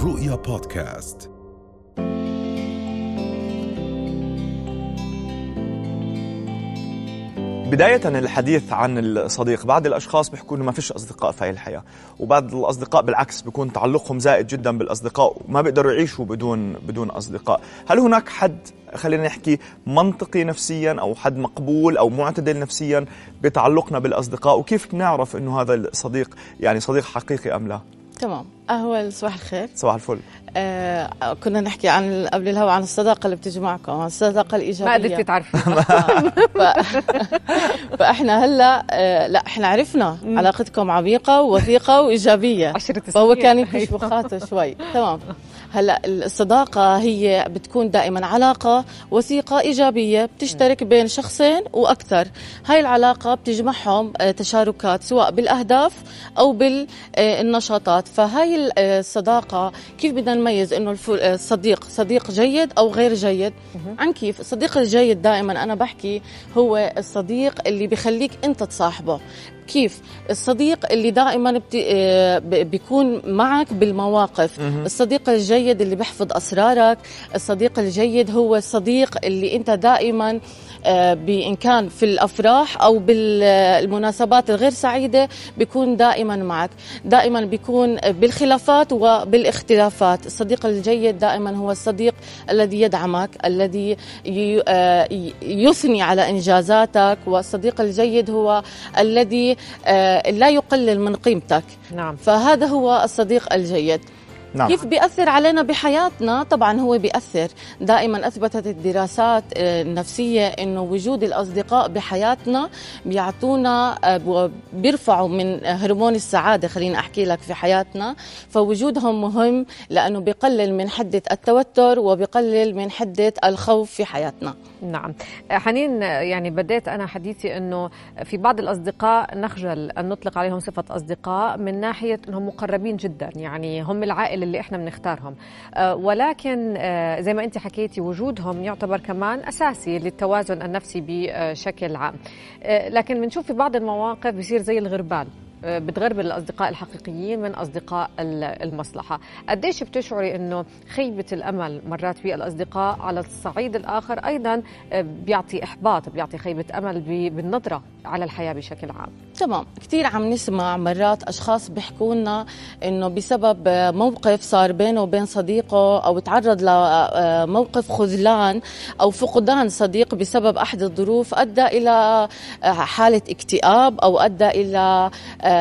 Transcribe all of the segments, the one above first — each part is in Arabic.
الرؤيا بودكاست. بداية الحديث عن الصديق، بعض الأشخاص بيحكوا إنه ما فيش أصدقاء في هاي الحياة، وبعض الأصدقاء بالعكس بيكون تعلقهم زائد جدا بالأصدقاء وما بيقدروا يعيشوا بدون أصدقاء. هل هناك حد، خلينا نحكي، منطقي نفسيا أو حد مقبول أو معتدل نفسيا بتعلقنا بالأصدقاء، وكيف بنعرف إنه هذا الصديق يعني صديق حقيقي أم لا؟ تمام. أول صباح الخير. صباح الفل. كنا نحكي عن قبل الهوا عن الصداقة اللي بتجمعكم، عن الصداقة الإيجابية. ما قدرتي تعرفي. فإحنا هلا لا إحنا عرفنا علاقتكم عميقة ووثيقة وإيجابية، فهو كان يمكن مخاطر شوي. تمام. هلا الصداقة هي بتكون دائما علاقة وثيقة إيجابية بتشترك بين شخصين وأكثر. هاي العلاقة بتجمعهم تشاركات سواء بالأهداف أو بالنشاطات. فهاي الصداقة كيف بدنا نميز إنه الصديق صديق جيد أو غير جيد؟ عن كيف؟ الصديق الجيد دائما أنا بحكي هو الصديق اللي بيخليك أنت تصاحبه. كيف؟ الصديق اللي دائما بيكون معك بالمواقف. الصديق الجيد اللي بيحفظ أسرارك. الصديق الجيد هو الصديق اللي أنت دائما بإن كان في الأفراح أو بالمناسبات الغير سعيدة بيكون دائما معك، دائما بيكون بالخلافات وبالاختلافات. الصديق الجيد دائما هو الصديق الذي يدعمك، الذي يثني على إنجازاتك، والصديق الجيد هو الذي لا يقلل من قيمتك. نعم. فهذا هو الصديق الجيد. نعم. كيف بيأثر علينا بحياتنا؟ طبعا هو بيأثر. دائما أثبتت الدراسات النفسية إنه وجود الأصدقاء بحياتنا بيعطونا بيرفعوا من هرمون السعادة، خلينا أحكي لك، في حياتنا. فوجودهم مهم لأنه بيقلل من حدة التوتر وبيقلل من حدة الخوف في حياتنا. نعم. حنين، يعني بديت أنا حديثي أنه في بعض الأصدقاء نخجل أن نطلق عليهم صفة أصدقاء من ناحية أنهم مقربين جدا، يعني هم العائلة اللي إحنا بنختارهم، ولكن زي ما أنت حكيتي وجودهم يعتبر كمان أساسي للتوازن النفسي بشكل عام. لكن بنشوف في بعض المواقف بيصير زي الغربال، بتغربل الأصدقاء الحقيقيين من أصدقاء المصلحة. قديش بتشعري أنه خيبة الأمل مرات في الأصدقاء على الصعيد الآخر أيضا بيعطي إحباط، بيعطي خيبة أمل بالنظرة على الحياة بشكل عام؟ تمام. كثير عم نسمع مرات أشخاص بيحكوا لنا إنه بسبب موقف صار بينه وبين صديقه أو تعرض لموقف خذلان أو فقدان صديق بسبب أحد الظروف أدى إلى حالة اكتئاب أو أدى إلى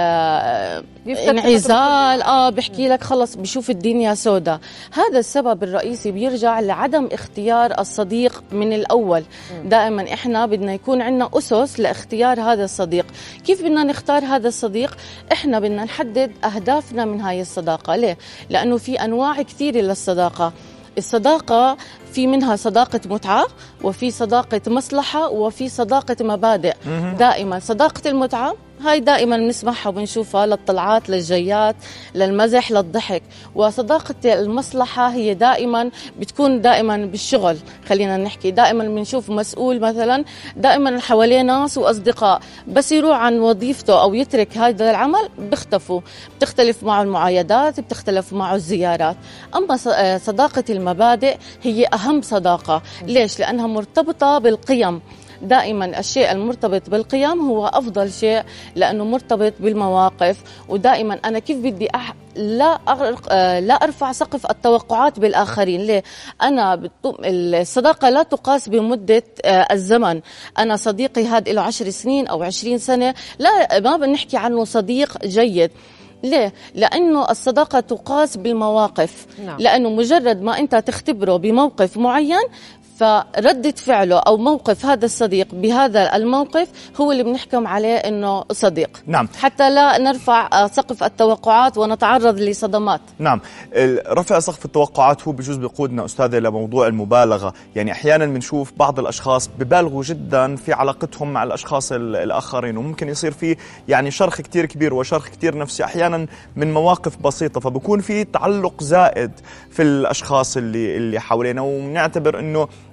انعزال. بحكي لك خلص بشوف الدنيا سوداء. هذا السبب الرئيسي بيرجع لعدم اختيار الصديق من الأول. دائما إحنا بدنا يكون عندنا أسس لاختيار هذا الصديق. كيف بدنا نختار هذا الصديق؟ إحنا بدنا نحدد أهدافنا من هاي الصداقة. ليه؟ لأنه في أنواع كثيرة للصداقة. الصداقة في منها صداقة متعة، وفي صداقة مصلحة، وفي صداقة مبادئ. دائما صداقة المتعة هاي دائما بنسمعها وبنشوفها للطلعات، للجيات، للمزح، للضحك. وصداقة المصلحة هي دائما بتكون دائما بالشغل. خلينا نحكي دائما بنشوف مسؤول مثلا دائما حواليه ناس وأصدقاء، بس يروح عن وظيفته أو يترك هذا العمل بيختفوا، بتختلف معه المعايدات، بتختلف معه الزيارات. أما صداقة المبادئ هي أهم صداقة. ليش؟ لأنها مرتبطة بالقيم. دائما الشيء المرتبط بالقيم هو أفضل شيء لأنه مرتبط بالمواقف. ودائما أنا كيف بدي لا أرفع سقف التوقعات بالآخرين. ليه؟ أنا الصداقة لا تقاس بمدة الزمن. أنا صديقي هذا له 10 سنين أو 20 سنة، لا، ما بنحكي عنه صديق جيد. ليه؟ لأنه الصداقة تقاس بالمواقف. لأنه مجرد ما أنت تختبره بموقف معين، فردة فعله أو موقف هذا الصديق بهذا الموقف هو اللي بنحكم عليه إنه صديق. نعم. حتى لا نرفع سقف التوقعات ونتعرض لصدمات. نعم. رفع سقف التوقعات هو بجوز بيقودنا أستاذة لموضوع المبالغة. يعني أحيانا بنشوف بعض الأشخاص ببالغوا جدا في علاقتهم مع الأشخاص الآخرين، وممكن يصير فيه يعني شرخ كتير كبير وشرخ كتير نفسي أحيانا من مواقف بسيطة، فبكون في تعلق زائد في الأشخاص اللي حوالينا، ونعتبر إنه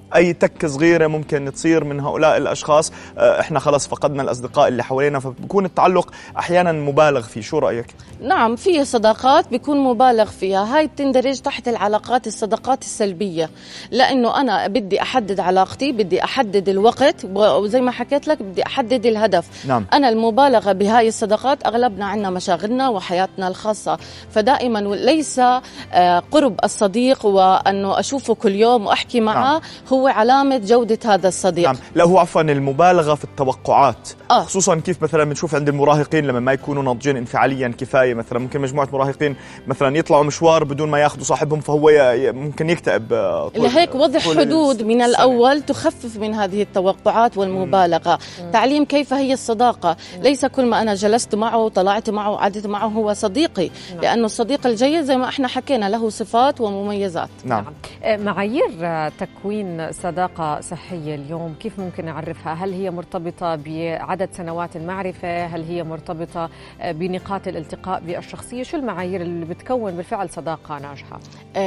أي تكة صغيرة ممكن تصير من هؤلاء الأشخاص إحنا خلاص فقدنا الأصدقاء اللي حوالينا، فبكون التعلق أحيانا مبالغ فيه. شو رأيك؟ نعم، في صداقات بيكون مبالغ فيها، هاي بتندرج تحت العلاقات الصداقات السلبية، لأنه أنا بدي أحدد علاقتي، بدي أحدد الوقت، وزي ما حكيت لك بدي أحدد الهدف. نعم. أنا المبالغة بهاي الصداقات أغلبنا عنا مشاغلنا وحياتنا الخاصة، فدائما ليس قرب الصديق وأنه أشوفه كل يوم وأحكي معه نعم. هو علامة جودة هذا الصديق. نعم. لا، هو عفوا المبالغة في التوقعات، خصوصا كيف مثلا بنشوف عند المراهقين لما ما يكونوا ناضجين انفعاليا كفاية. مثلا ممكن مجموعة مراهقين مثلا يطلعوا مشوار بدون ما ياخذوا صاحبهم، فهو ممكن يكتئب. لهيك وضع حدود من الأول تخفف من هذه التوقعات والمبالغة. تعليم كيف هي الصداقة، ليس كل ما أنا جلست معه وطلعت معه وقعدت معه هو صديقي، لأنه الصديق الجيد زي ما احنا حكينا له صفات ومميزات. نعم. معايير تكوين صداقة صحية اليوم كيف ممكن نعرفها؟ هل هي مرتبطة بعدد سنوات المعرفة؟ هل هي مرتبطة بنقاط الالتقاء بالشخصية؟ شو المعايير اللي بتكون بالفعل صداقة ناجحة؟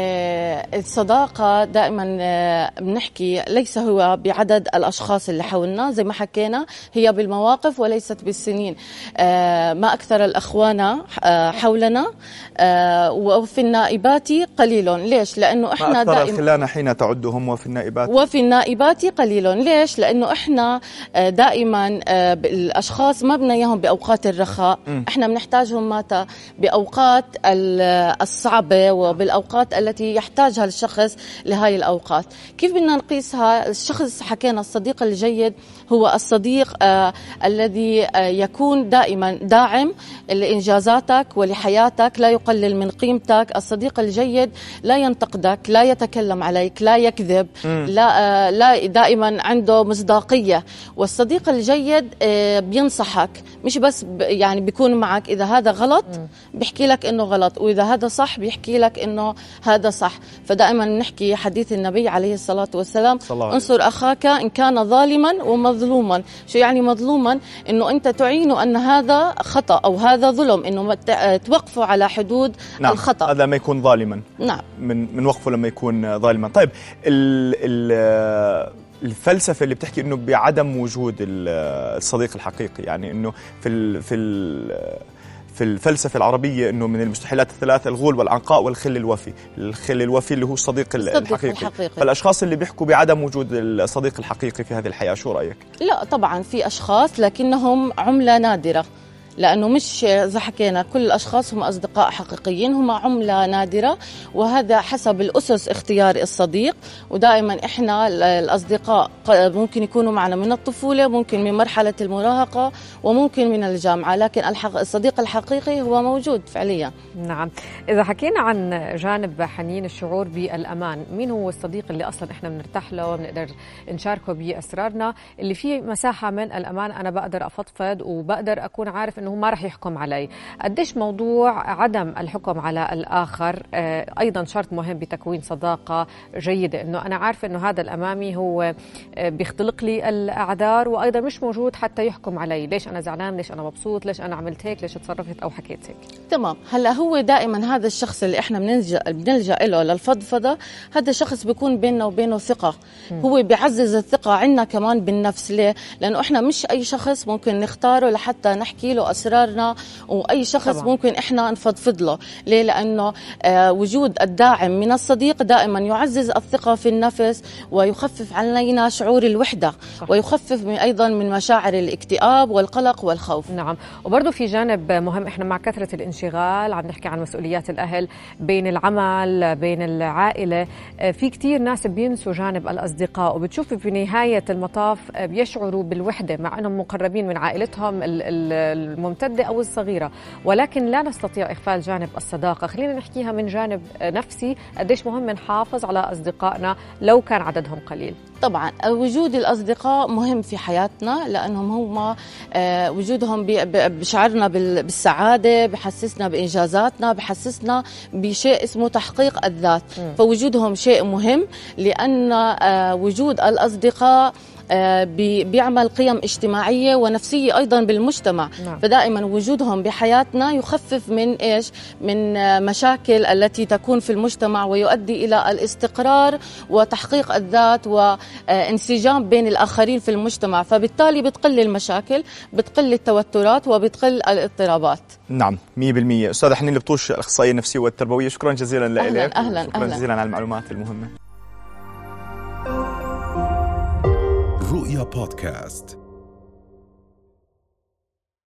الصداقة دائما بنحكي ليس هو بعدد الأشخاص اللي حولنا، زي ما حكينا هي بالمواقف وليست بالسنين. ما أكثر الأخوان حولنا وفي النائبات قليل. ليش؟ لأنه إحنا ما أكثر دائما الخلانة حين تعدهم وفي النائبات. وفي النائبات قليل. ليش؟ لأنه إحنا دائما الأشخاص ما بدنا إياهم بأوقات الرخاء، إحنا بنحتاجهم متى؟ بأوقات الصعبة وبالأوقات التي يحتاجها الشخص لهاي الأوقات. كيف بدنا نقيسها؟ الشخص حكينا الصديق الجيد هو الصديق الذي يكون دائما داعم لإنجازاتك ولحياتك، لا يقلل من قيمتك. الصديق الجيد لا ينتقدك، لا يتكلم عليك، لا يكذب، لا دائما عنده مصداقية. والصديق الجيد بينصحك، مش بس يعني بيكون معك إذا هذا غلط بيحكي لك إنه غلط، وإذا هذا صح بيحكي لك إنه هذا صح. فدائما نحكي حديث النبي عليه الصلاة والسلام: انصر أخاك إن كان ظالما ومظلوما. شو يعني مظلوما؟ إنه أنت تعينه أن هذا خطأ أو هذا ظلم، إنه توقفه على حدود نعم. الخطأ. هذا ما يكون ظالما. نعم. من وقفه لما يكون ظالما. طيب الفلسفة اللي بتحكي إنه بعدم وجود الصديق الحقيقي، يعني إنه في الفلسفة العربية إنه من المستحيلات الثلاث: الغول والعنقاء والخل الوفي. الخل الوفي اللي هو الصديق الحقيقي. فالأشخاس اللي بيحكوا بعدم وجود الصديق الحقيقي في هذه الحياة، شو رأيك؟ لا طبعا في أشخاص لكنهم عملة نادرة، لأنه مش إذا حكينا كل الأشخاص هم أصدقاء حقيقيين، هم عملة نادرة، وهذا حسب الأسس اختيار الصديق. ودائما إحنا الأصدقاء ممكن يكونوا معنا من الطفولة، ممكن من مرحلة المراهقة، وممكن من الجامعة، لكن الصديق الحقيقي هو موجود فعليا. نعم. إذا حكينا عن جانب حنين الشعور بالأمان، مين هو الصديق اللي أصلا إحنا بنرتاح له وبنقدر نشاركه بأسرارنا، اللي فيه مساحة من الأمان أنا بقدر أفضفض وبقدر أكون عارف إنه ما رح يحكم علي؟ قديش موضوع عدم الحكم على الآخر أيضا شرط مهم بتكوين صداقة جيدة، إنه أنا عارف إنه هذا الأمامي هو بيختلق لي الأعذار وأيضا مش موجود حتى يحكم علي، ليش أنا زعلان، ليش أنا مبسوط، ليش أنا عملت هيك، ليش تصرفت أو حكيت هيك. تمام. هلا هو دائما هذا الشخص اللي إحنا بنلجأ له للفضفضة، هذا الشخص بيكون بيننا وبينه ثقة. هو بيعزز الثقة عنا كمان بالنفس. ليه؟ لأنه إحنا مش أي شخص ممكن نختاره لحتى نحكي له أسرارنا، وأي شخص طبعا ممكن إحنا نفضفض له. ليه؟ لأنه وجود الداعم من الصديق دائما يعزز الثقة في النفس ويخفف علينا شعور الوحدة. صح. ويخفف أيضا من مشاعر الاكتئاب والقلق والخوف. نعم. وبرضه في جانب مهم، إحنا مع كثرة الانشغال عم نحكي عن مسؤوليات الأهل بين العمل بين العائلة، في كتير ناس بينسوا جانب الأصدقاء، وبتشوف في نهاية المطاف بيشعروا بالوحدة مع أنهم مقربين من عائلتهم الممتدة أو الصغيرة، ولكن لا نستطيع إغفال جانب الصداقة. خلينا نحكيها من جانب نفسي، قديش مهم نحافظ على أصدقائنا لو كان عددهم قليل. طبعا وجود الأصدقاء مهم في حياتنا، لأنهم هم وجودهم بشعرنا بالسعادة، بحسسنا بإنجازاتنا، بحسسنا بشيء اسمه تحقيق الذات. فوجودهم شيء مهم، لأن وجود الأصدقاء بيعمل قيم اجتماعية ونفسية أيضا بالمجتمع. نعم. فدائما وجودهم بحياتنا يخفف من إيش؟ من مشاكل التي تكون في المجتمع ويؤدي إلى الاستقرار وتحقيق الذات وانسجام بين الآخرين في المجتمع، فبالتالي بتقل المشاكل، بتقل التوترات وبتقل الاضطرابات. نعم 100%. أستاذة حنين البطوش، الأخصائية النفسية والتربوية، شكرا جزيلا لك. شكرا جزيلا على المعلومات المهمة. رؤيا بودكاست.